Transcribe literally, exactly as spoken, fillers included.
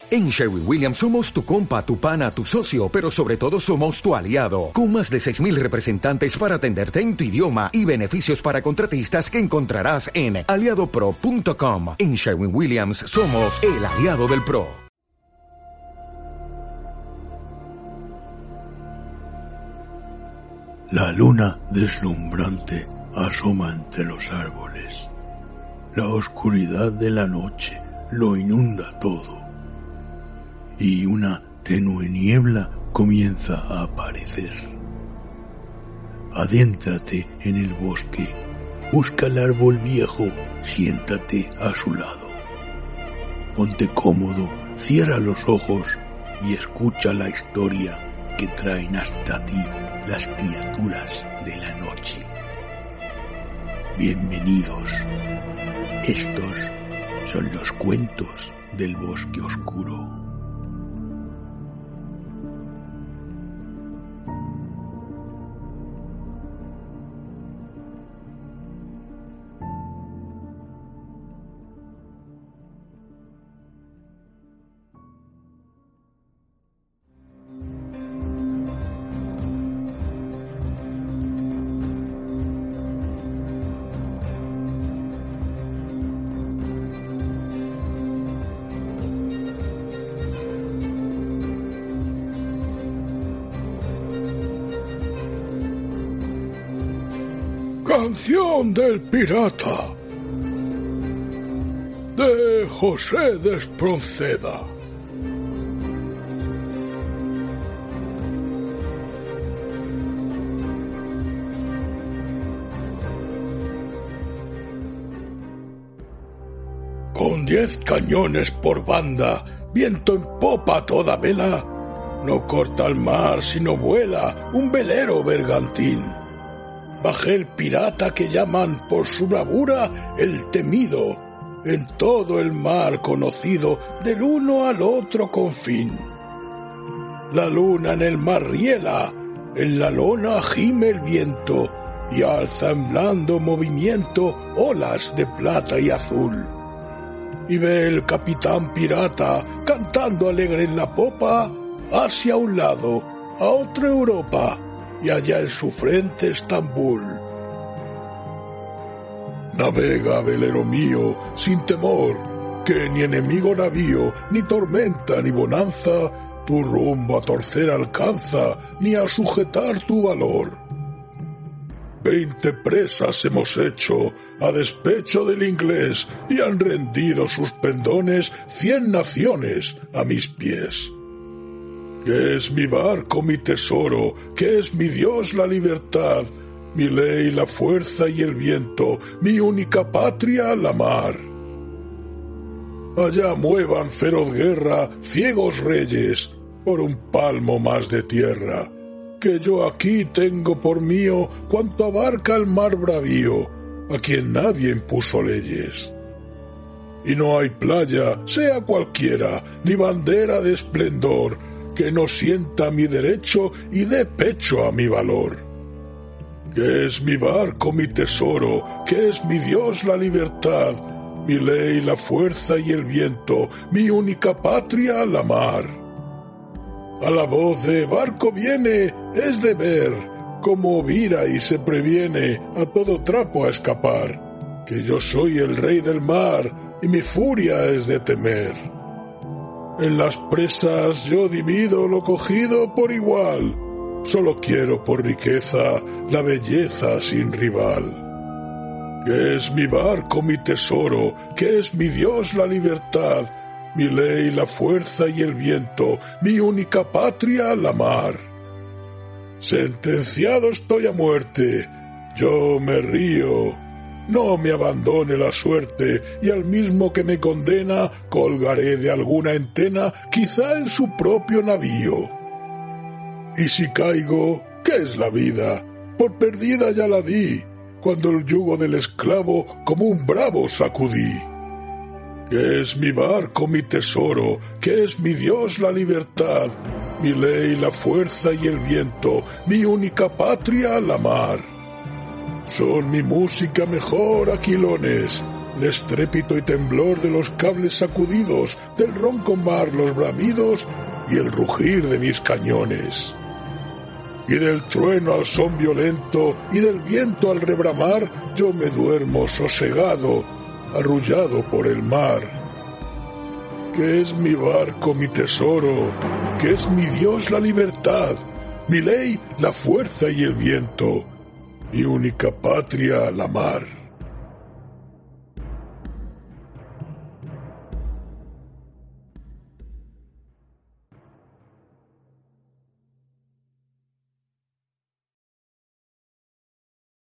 En Sherwin-Williams somos tu compa, tu pana, tu socio, pero sobre todo somos tu aliado, con más de seis mil representantes para atenderte en tu idioma y beneficios para contratistas que encontrarás en aliado pro punto com. En Sherwin-Williams somos el aliado del pro. La luna deslumbrante asoma entre los árboles. La oscuridad de la noche lo inunda todo. Y una tenue niebla comienza a aparecer. Adéntrate en el bosque, busca el árbol viejo, siéntate a su lado. Ponte cómodo, cierra los ojos y escucha la historia que traen hasta ti las criaturas de la noche. Bienvenidos. Estos son los cuentos del bosque oscuro. Canción del pirata de José de Espronceda. Con diez cañones por banda, viento en popa a toda vela, no corta el mar sino vuela un velero bergantín. Bajé el pirata que llaman por su bravura el temido, en todo el mar conocido del uno al otro confín. La luna en el mar riela, en la lona gime el viento, y alza en blando movimiento olas de plata y azul. Y ve el capitán pirata cantando alegre en la popa, hacia un lado, a otra Europa, y allá en su frente Estambul. Navega, velero mío, sin temor, que ni enemigo navío, ni tormenta, ni bonanza, tu rumbo a torcer alcanza, ni a sujetar tu valor. Veinte presas hemos hecho, a despecho del inglés, y han rendido sus pendones cien naciones a mis pies. Que es mi barco mi tesoro, que es mi Dios la libertad, mi ley la fuerza y el viento, mi única patria la mar. Allá muevan feroz guerra ciegos reyes por un palmo más de tierra, que yo aquí tengo por mío cuanto abarca el mar bravío, a quien nadie impuso leyes. Y no hay playa, sea cualquiera, ni bandera de esplendor, que no sienta mi derecho y dé pecho a mi valor. Que es mi barco mi tesoro, que es mi Dios la libertad, mi ley la fuerza y el viento, mi única patria la mar. A la voz de barco viene, es de ver, cómo vira y se previene a todo trapo a escapar, que yo soy el rey del mar y mi furia es de temer. En las presas yo divido lo cogido por igual, solo quiero por riqueza la belleza sin rival. Que es mi barco mi tesoro, que es mi Dios la libertad, mi ley la fuerza y el viento, mi única patria la mar. Sentenciado estoy a muerte, yo me río. No me abandone la suerte, y al mismo que me condena, colgaré de alguna entena, quizá en su propio navío. Y si caigo, ¿qué es la vida? Por perdida ya la di, cuando el yugo del esclavo como un bravo sacudí. Que es mi barco mi tesoro, que es mi Dios la libertad, mi ley la fuerza y el viento, mi única patria la mar. Son mi música mejor, aquilones, el estrépito y temblor de los cables sacudidos, del ronco mar los bramidos y el rugir de mis cañones. Y del trueno al son violento y del viento al rebramar, yo me duermo sosegado, arrullado por el mar. Que es mi barco mi tesoro, que es mi Dios la libertad, mi ley la fuerza y el viento, mi única patria la mar.